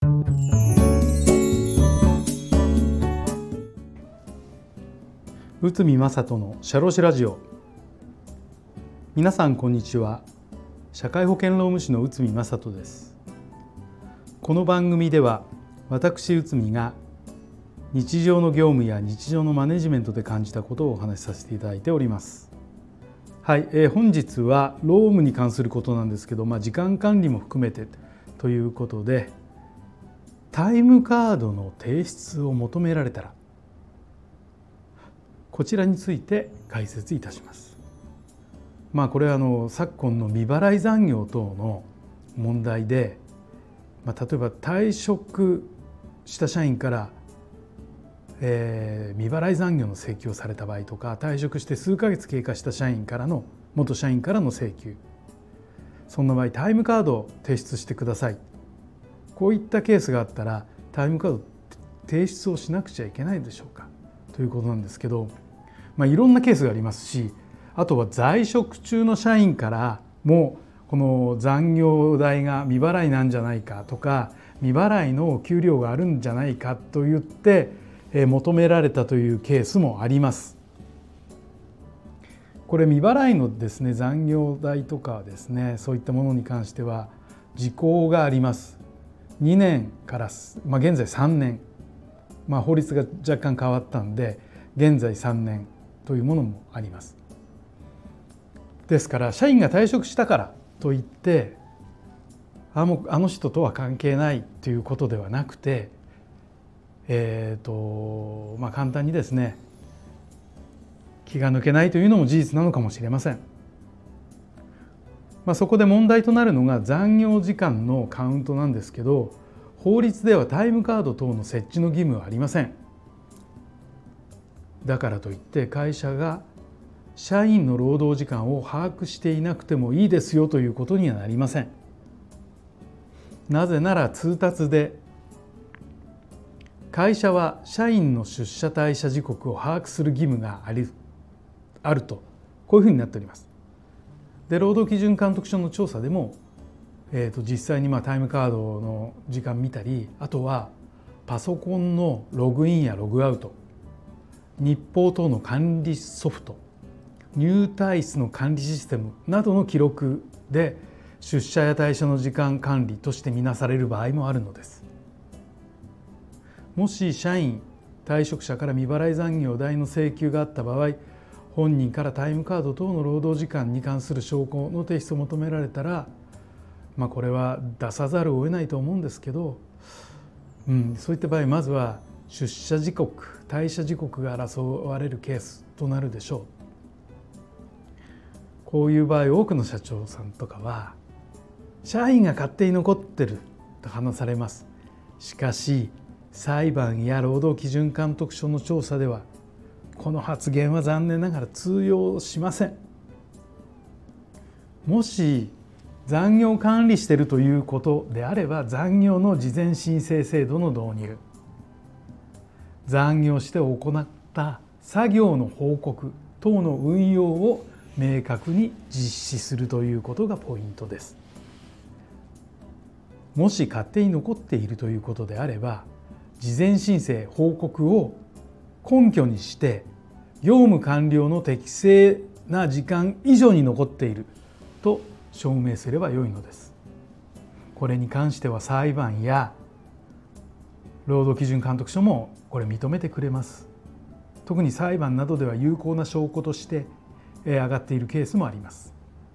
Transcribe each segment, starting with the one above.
内海正人の社労士ラジオ。皆さんこんにちは。社会保険労務士の内海正人です。この番組では私内海が日常の業務や日常のマネジメントで感じたことをお話しさせていただいております。はい、本日は労務に関することなんですけど、時間管理も含めてということで、タイムカードの提出を求められたら、こちらについて解説いたします。これは昨今の未払い残業等の問題で、例えば退職した社員から未払い残業の請求をされた場合とか、退職して数ヶ月経過した元社員からの請求、そんな場合タイムカードを提出してください、こういったケースがあったらタイムカード提出をしなくちゃいけないでしょうかということなんですけど、いろんなケースがありますし、あとは在職中の社員からもこの残業代が未払いなんじゃないかとか、未払いの給料があるんじゃないかと言って求められたというケースもあります。これ未払いのですね、残業代とかですね、そういったものに関しては時効があります。2年から、現在3年、法律が若干変わったんで現在3年というものもあります。ですから社員が退職したからといってもうあの人とは関係ないということではなくて、簡単にですね、気が抜けないというのも事実なのかもしれません。そこで問題となるのが残業時間のカウントなんですけど、法律ではタイムカード等の設置の義務はありません。だからといって会社が社員の労働時間を把握していなくてもいいですよということにはなりません。なぜなら通達で会社は社員の出社退社時刻を把握する義務があると、こういうふうになっております。で、労働基準監督署の調査でも、実際にタイムカードの時間見たり、あとはパソコンのログインやログアウト、日報等の管理ソフト、入退室の管理システムなどの記録で出社や退社の時間管理として見なされる場合もあるのです。もし社員、退職者から未払い残業代の請求があった場合、本人からタイムカード等の労働時間に関する証拠の提出を求められたら、これは出さざるを得ないと思うんですけど、そういった場合まずは出社時刻、退社時刻が争われるケースとなるでしょう。こういう場合多くの社長さんとかは社員が勝手に残ってると話されます。しかし裁判や労働基準監督署の調査ではこの発言は残念ながら通用しません。もし残業管理しているということであれば、残業の事前申請制度の導入、残業して行った作業の報告等の運用を明確に実施するということがポイントです。もし勝手に残っているということであれば、事前申請報告を根拠にして業務完了の適正な時間以上に残っていると証明すればよいのです。これに関しては裁判や労働基準監督署もこれ認めてくれます。特に裁判などでは有効な証拠として上がっているケースもあります。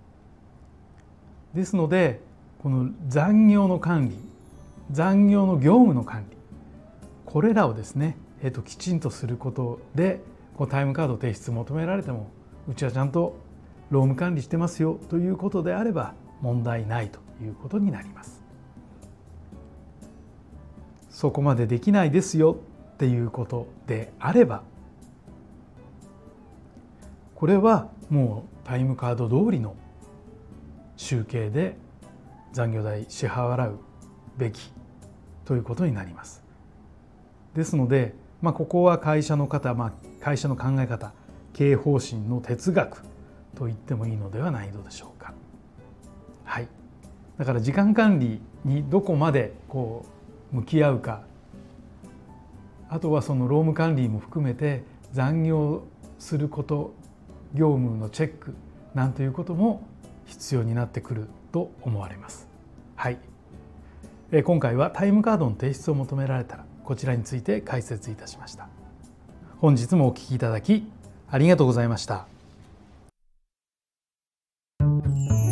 ですので、この残業の管理、残業の業務の管理、これらをですね、きちんとすることで、タイムカード提出求められても、うちはちゃんと労務管理してますよということであれば問題ないということになります。そこまでできないですよっていうことであれば、これはもうタイムカード通りの集計で残業代支払うべきということになります。ですので、ここは会社の方、会社の考え方、経営方針の哲学と言ってもいいのではないのでしょうか。はい。だから時間管理にどこまで向き合うか、あとはその労務管理も含めて残業すること、業務のチェックなんということも必要になってくると思われます。はい、今回はタイムカードの提出を求められたら、こちらについて解説いたしました。本日もお聞きいただきありがとうございました。